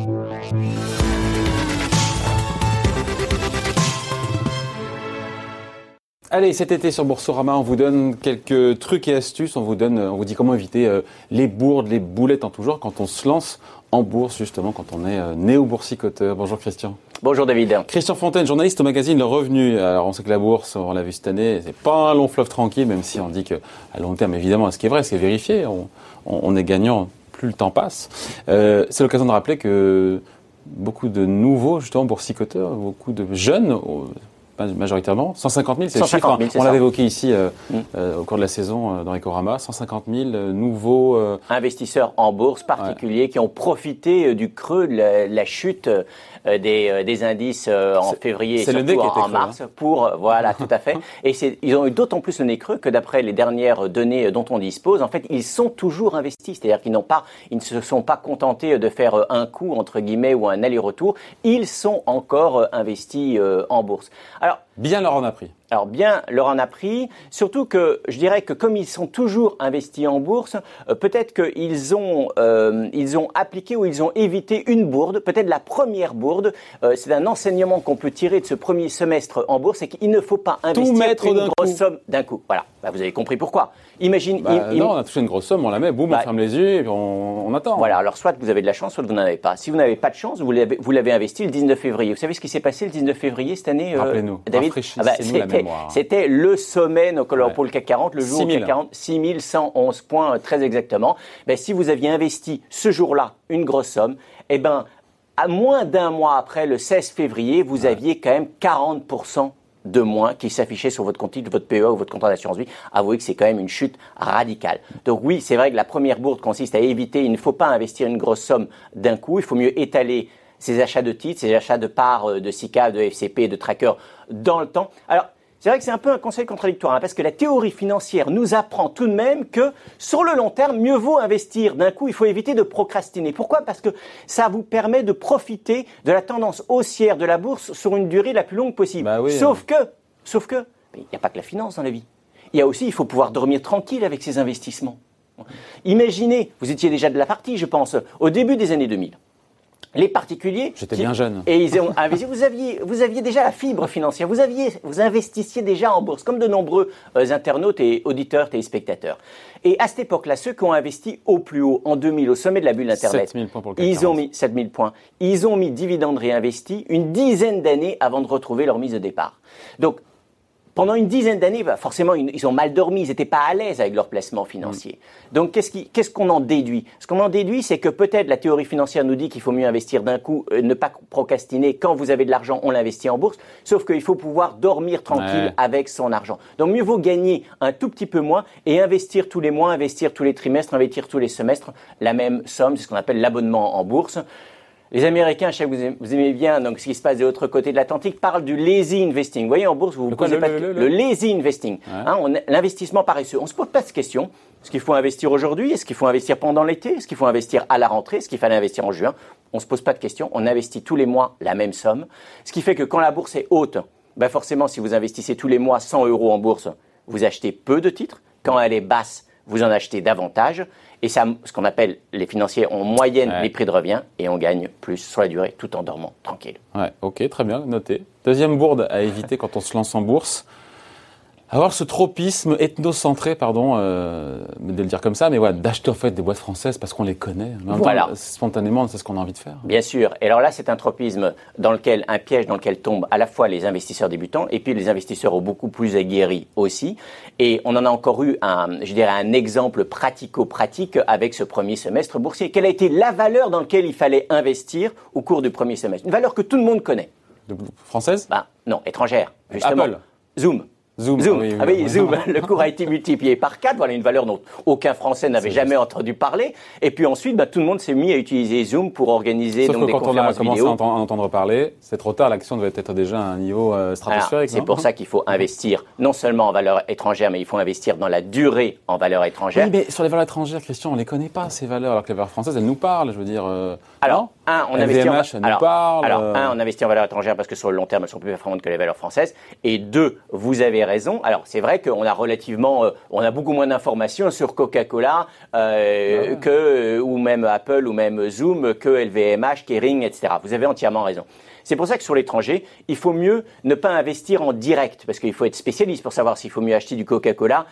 Allez, cet été sur Boursorama, on vous donne quelques trucs et astuces. On vous dit comment éviter les bourdes, les boulettes en tout genre quand on se lance en bourse, justement, quand on est néo-boursicoteur. Bonjour Christian. Bonjour David. Christian Fontaine, journaliste au magazine Le Revenu. Alors on sait que la bourse, on l'a vu cette année, c'est pas un long fleuve tranquille, même si on dit qu'à long terme, évidemment, ce qui est vrai, ce qui est vérifié, on est gagnant plus le temps passe. C'est l'occasion de rappeler que beaucoup de nouveaux, justement, boursicoteurs, beaucoup de jeunes, majoritairement, 150 000, c'est le chiffre. On l'avait évoqué ici au cours de la saison dans Ecorama, 150 000 nouveaux investisseurs en bourse particuliers qui ont profité du creux de la chute des indices en février et surtout en mars pour voilà tout à fait. Et ils ont eu d'autant plus le nez creux que d'après les dernières données dont on dispose, en fait, ils sont toujours investis, c'est-à-dire qu'ils ne se sont pas contentés de faire un coup entre guillemets ou un aller-retour, ils sont encore investis en bourse. Alors bien leur en a pris. Alors bien leur en a pris, surtout que je dirais que comme ils sont toujours investis en bourse, peut-être qu'ils ont appliqué ou ils ont évité une bourde, peut-être la première bourde. C'est un enseignement qu'on peut tirer de ce premier semestre en bourse, c'est qu'il ne faut pas investir une grosse somme d'un coup. Voilà, vous avez compris pourquoi. Imagine. Non, on a touché une grosse somme, on la met, boum, on ferme les yeux et puis on attend. Voilà, alors soit vous avez de la chance, soit vous n'en avez pas. Si vous n'avez pas de chance, vous l'avez investi le 19 février. Vous savez ce qui s'est passé le 19 février cette année, Rappelez-nous, David? rafraîchissez-nous la mémoire. C'était le sommet pour le CAC 40, le jour CAC 40, 6111 points très exactement. Si vous aviez investi ce jour-là une grosse somme, à moins d'un mois après, le 16 février, vous aviez quand même 40% de moins qui s'affichait sur votre compte titre, votre PEA ou votre contrat d'assurance vie. Avouez que c'est quand même une chute radicale. Donc oui, c'est vrai que la première bourde consiste à éviter, il ne faut pas investir une grosse somme d'un coup, il faut mieux étaler ses achats de titres, ses achats de parts de SICAV, de FCP, de trackers dans le temps. Alors, c'est vrai que c'est un peu un conseil contradictoire, parce que la théorie financière nous apprend tout de même que sur le long terme, mieux vaut investir d'un coup, il faut éviter de procrastiner. Pourquoi ? Parce que ça vous permet de profiter de la tendance haussière de la bourse sur une durée la plus longue possible. Sauf que, il n'y a pas que la finance dans la vie. Il faut pouvoir dormir tranquille avec ses investissements. Imaginez, vous étiez déjà de la partie, je pense, au début des années 2000. Les particuliers. J'étais bien jeune. Et ils ont investi. Vous aviez déjà la fibre financière. Vous investissiez déjà en bourse, comme de nombreux internautes et auditeurs, téléspectateurs. Et à cette époque-là, ceux qui ont investi au plus haut, en 2000, au sommet de la bulle Internet, 7000 points pour le CAC 40. 7000 points. Ils ont mis dividendes réinvestis une dizaine d'années avant de retrouver leur mise de départ. Donc, pendant une dizaine d'années, forcément, ils ont mal dormi, ils n'étaient pas à l'aise avec leur placement financier. Donc, qu'est-ce qu'on en déduit ? Ce qu'on en déduit, c'est que peut-être la théorie financière nous dit qu'il faut mieux investir d'un coup, ne pas procrastiner. Quand vous avez de l'argent, on l'investit en bourse. Sauf qu'il faut pouvoir dormir tranquille avec son argent. Donc, mieux vaut gagner un tout petit peu moins et investir tous les mois, investir tous les trimestres, investir tous les semestres la même somme. C'est ce qu'on appelle l'abonnement en bourse. Les Américains, je sais que vous aimez bien donc ce qui se passe de l'autre côté de l'Atlantique, parlent du lazy investing. Vous voyez, en bourse, vous posez pas le lazy investing, l'investissement paresseux. On se pose pas de questions. Est-ce qu'il faut investir aujourd'hui ? Est-ce qu'il faut investir pendant l'été ? Est-ce qu'il faut investir à la rentrée ? Est-ce qu'il fallait investir en juin ? On se pose pas de questions. On investit tous les mois la même somme. Ce qui fait que quand la bourse est haute, forcément, si vous investissez tous les mois 100 € en bourse, vous achetez peu de titres. Quand elle est basse, vous en achetez davantage. Et ça, ce qu'on appelle, les financiers en moyenne les prix de revient et on gagne plus sur la durée tout en dormant tranquille. Ouais, ok, très bien, noté. Deuxième bourde à éviter quand on se lance en bourse. Avoir ce tropisme ethnocentré, de le dire comme ça, mais d'acheter en fait des boîtes françaises parce qu'on les connaît. Spontanément, c'est ce qu'on a envie de faire. Bien sûr. Et alors là, c'est un tropisme un piège dans lequel tombent à la fois les investisseurs débutants et puis les investisseurs beaucoup plus aguerris aussi. Et on en a encore eu un exemple pratico-pratique avec ce premier semestre boursier. Quelle a été la valeur dans laquelle il fallait investir au cours du premier semestre ? Une valeur que tout le monde connaît. Française ? Non, étrangère. Justement. Apple. Zoom. Zoom. Zoom. Le cours a été multiplié par 4. Voilà une valeur dont aucun Français n'avait jamais entendu parler. Et puis ensuite, tout le monde s'est mis à utiliser Zoom pour organiser des conférences vidéo. Sauf que quand on a commencé à entendre parler, c'est trop tard. L'action devait être déjà à un niveau stratosphérique. C'est pour ça qu'il faut investir non seulement en valeur étrangère, mais il faut investir dans la durée en valeur étrangère. Oui, mais sur les valeurs étrangères, Christian, on les connaît pas ces valeurs, alors que les valeurs françaises, elles nous parlent. Je veux dire. On investit en valeur étrangère parce que sur le long terme, elles sont plus performantes que les valeurs françaises. Et deux, vous avez raison. Alors, c'est vrai qu'on a on a beaucoup moins d'informations sur Coca-Cola ou même Apple ou même Zoom que LVMH, Kering, etc. Vous avez entièrement raison. C'est pour ça que sur l'étranger, il faut mieux ne pas investir en direct, parce qu'il faut être spécialiste pour savoir s'il faut mieux acheter du Coca-Cola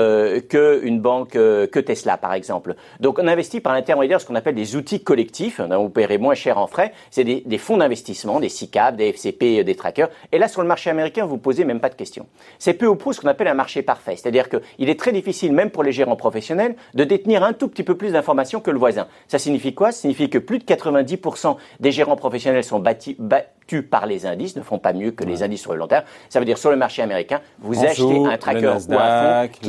qu'une banque, que Tesla, par exemple. Donc, on investit par l'intermédiaire de ce qu'on appelle des outils collectifs, dont vous paierez moins cher en frais. C'est des fonds d'investissement, des SICAV, des FCP, des trackers. Et là, sur le marché américain, vous ne posez même pas de questions. C'est peu ou prou ce qu'on appelle un marché parfait. C'est-à-dire qu'il est très difficile, même pour les gérants professionnels, de détenir un tout petit peu plus d'informations que le voisin. Ça signifie quoi? Ça signifie que plus de 90% des gérants professionnels sont battus par les indices, ne font pas mieux que les indices sur le long terme. Ça veut dire sur le marché américain, vous achetez un tracker ou un fonds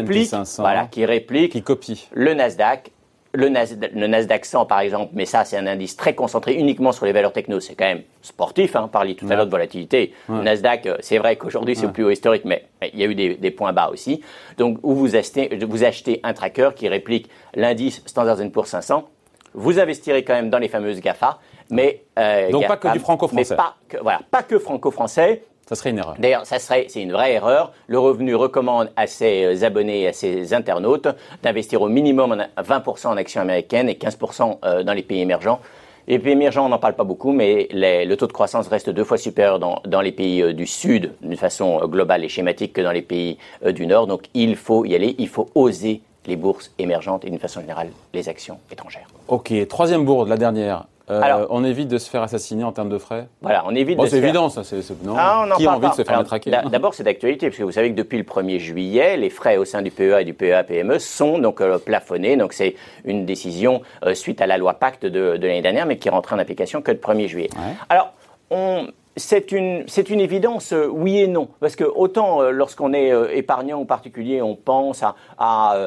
qui réplique, qui copie le Nasdaq. Le Nasdaq 100 par exemple, mais ça c'est un indice très concentré uniquement sur les valeurs techno, c'est quand même sportif, on parlait tout à l'heure de volatilité. Le Nasdaq, c'est vrai qu'aujourd'hui c'est au plus haut historique, mais il y a eu des points bas aussi. Donc où vous achetez un tracker qui réplique l'indice Standard & Poor's 500, vous investirez quand même dans les fameuses GAFA, mais donc pas que du franco-français. Pas que franco-français. Ça serait une erreur. D'ailleurs, c'est une vraie erreur. Le Revenu recommande à ses abonnés, à ses internautes, d'investir au minimum 20% en actions américaines et 15% dans les pays émergents. Les pays émergents, on n'en parle pas beaucoup, mais le taux de croissance reste 2 fois supérieur dans les pays du Sud, d'une façon globale et schématique, que dans les pays du Nord. Donc, il faut y aller, il faut oser les bourses émergentes et d'une façon générale, les actions étrangères. Ok, troisième bourde, la dernière. Alors, on évite de se faire assassiner en termes de frais. Voilà, on évite de se faire... C'est évident, ça. Non. Qui a envie de se faire matraquer? D'abord, c'est d'actualité, parce que vous savez que depuis le 1er juillet, les frais au sein du PEA et du PEA-PME sont donc plafonnés. Donc, c'est une décision suite à la loi Pacte de l'année dernière, mais qui rentre en application que le 1er juillet. Ouais. Alors, c'est une évidence, oui et non, parce que autant lorsqu'on est épargnant ou particulier, on pense à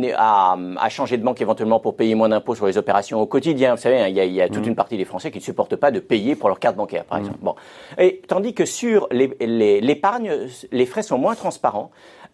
changer de banque éventuellement pour payer moins d'impôts sur les opérations au quotidien. Vous savez, il y a toute une partie des Français qui ne supportent pas de payer pour leur carte bancaire, par exemple. Bon, et tandis que sur l'épargne, les frais sont moins transparents.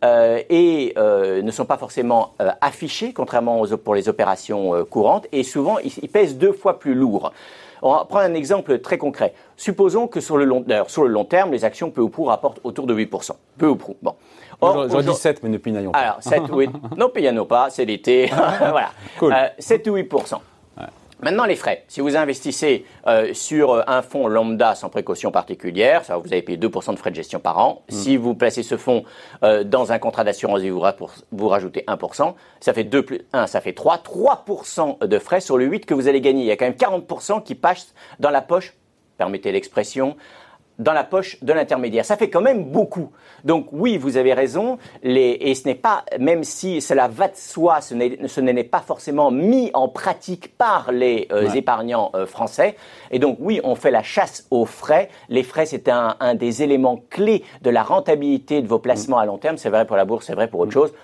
Et ne sont pas forcément affichés, contrairement pour les opérations courantes, et souvent ils pèsent 2 fois plus lourd. On va prendre un exemple très concret. Supposons que sur le long terme, les actions peu ou prou rapportent autour de 8%. Peu ou prou. Bon. J'aurais dit 7, mais ne pinaillons pas. Alors, 7 ou 8. Non, pinaillons pas, c'est l'été. Voilà. Cool. 7 ou 8%. Ouais. Maintenant, les frais. Si vous investissez sur un fonds lambda sans précaution particulière, ça, vous allez payer 2% de frais de gestion par an. Si vous placez ce fonds dans un contrat d'assurance vie, vous rajoutez 1%. Ça fait 2 plus 1, ça fait 3. 3% de frais sur le 8 que vous allez gagner. Il y a quand même 40% qui passent dans la poche, permettez l'expression, dans la poche de l'intermédiaire. Ça fait quand même beaucoup. Donc oui, vous avez raison, et ce n'est pas, même si cela va de soi, ce n'est pas forcément mis en pratique par les épargnants français. Et donc oui, on fait la chasse aux frais. Les frais, c'est un des éléments clés de la rentabilité de vos placements à long terme. C'est vrai pour la bourse, c'est vrai pour autre chose.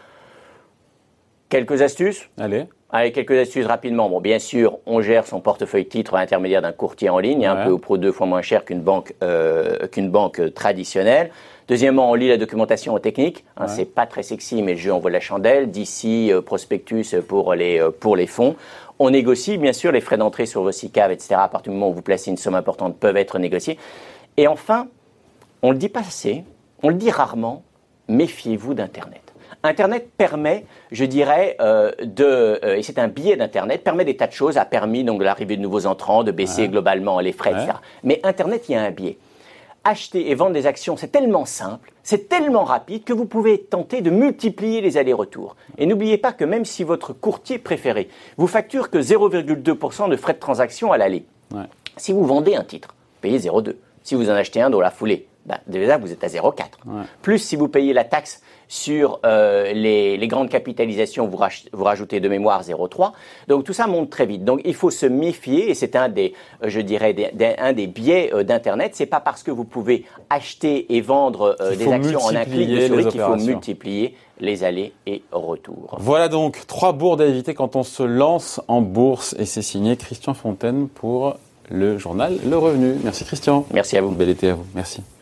Quelques astuces ? Allez, quelques astuces rapidement. Bon, bien sûr, on gère son portefeuille titre à l'intermédiaire d'un courtier en ligne, un peu ou prou 2 fois moins cher qu'une banque traditionnelle. Deuxièmement, on lit la documentation technique. C'est pas très sexy, mais le jeu en vaut la chandelle. D'ici, prospectus pour les fonds. On négocie, bien sûr, les frais d'entrée sur vos SICAV, etc. À partir du moment où vous placez une somme importante, peuvent être négociés. Et enfin, on le dit pas assez, on le dit rarement, méfiez-vous d'Internet. Internet permet, je dirais, et c'est un biais d'Internet, permet des tas de choses, a permis donc l'arrivée de nouveaux entrants, de baisser globalement les frais, etc. Mais Internet, il y a un biais. Acheter et vendre des actions, c'est tellement simple, c'est tellement rapide que vous pouvez tenter de multiplier les allers-retours. Et n'oubliez pas que même si votre courtier préféré vous facture que 0,2% de frais de transaction à l'aller, si vous vendez un titre, vous payez 0,2. Si vous en achetez un dans la foulée, déjà vous êtes à 0,4. Plus si vous payez la taxe sur les grandes capitalisations, vous rajoutez de mémoire 0,3. Donc tout ça monte très vite. Donc il faut se méfier, et c'est un des biais d'Internet. C'est pas parce que vous pouvez acheter et vendre des actions en un clic de souris qu'il faut multiplier les allers et retours. Voilà donc 3 bourdes à éviter quand on se lance en bourse. Et c'est signé Christian Fontaine pour le journal Le Revenu. Merci Christian. Merci à vous. Bel été à vous. Merci.